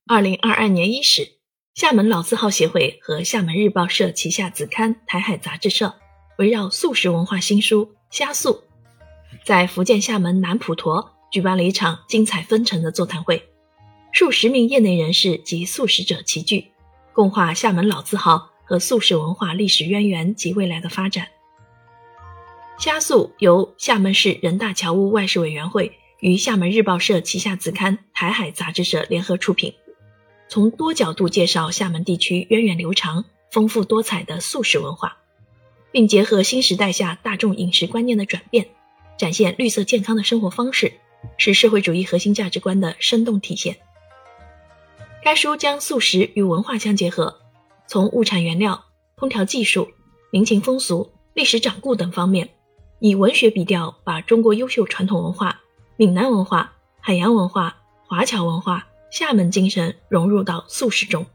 2022年伊始，厦门老字号协会和厦门日报社旗下子刊台海杂志社围绕素食文化新书虾素，在福建厦门南普陀举办了一场精彩纷呈的座谈会，数十名业内人士及素食者齐聚，共话厦门老字号和素食文化历史渊源及未来的发展。虾素由厦门市人大侨务外事委员会与厦门日报社旗下子刊台海杂志社联合出品，从多角度介绍厦门地区源远流长、丰富多彩的素食文化，并结合新时代下大众饮食观念的转变，展现绿色健康的生活方式，是社会主义核心价值观的生动体现。该书将素食与文化相结合，从物产原料、烹调技术、民情风俗、历史掌故等方面，以文学笔调把中国优秀传统文化、闽南文化、海洋文化、华侨文化、厦门精神融入到素食中。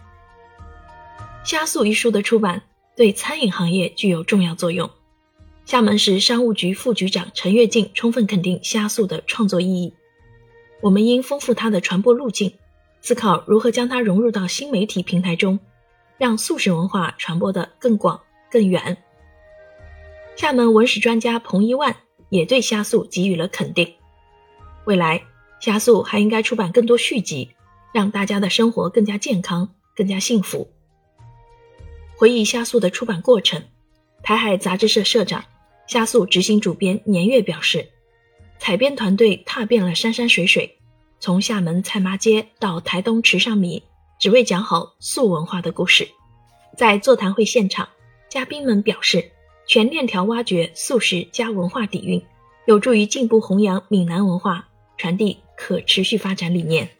虾素一书的出版对餐饮行业具有重要作用。厦门市商务局副局长陈跃进充分肯定虾素的创作意义。我们应丰富它的传播路径，思考如何将它融入到新媒体平台中，让素食文化传播得更广更远。厦门文史专家彭一万也对虾素给予了肯定。未来虾素还应该出版更多续集，让大家的生活更加健康更加幸福。回忆虾素的出版过程，台海杂志社社长、虾素执行主编年月表示，采编团队踏遍了山山水水，从厦门菜妈街到台东池上米，只为讲好素文化的故事。在座谈会现场，嘉宾们表示，全链条挖掘素食加文化底蕴，有助于进一步弘扬闽南文化，传递可持续发展理念。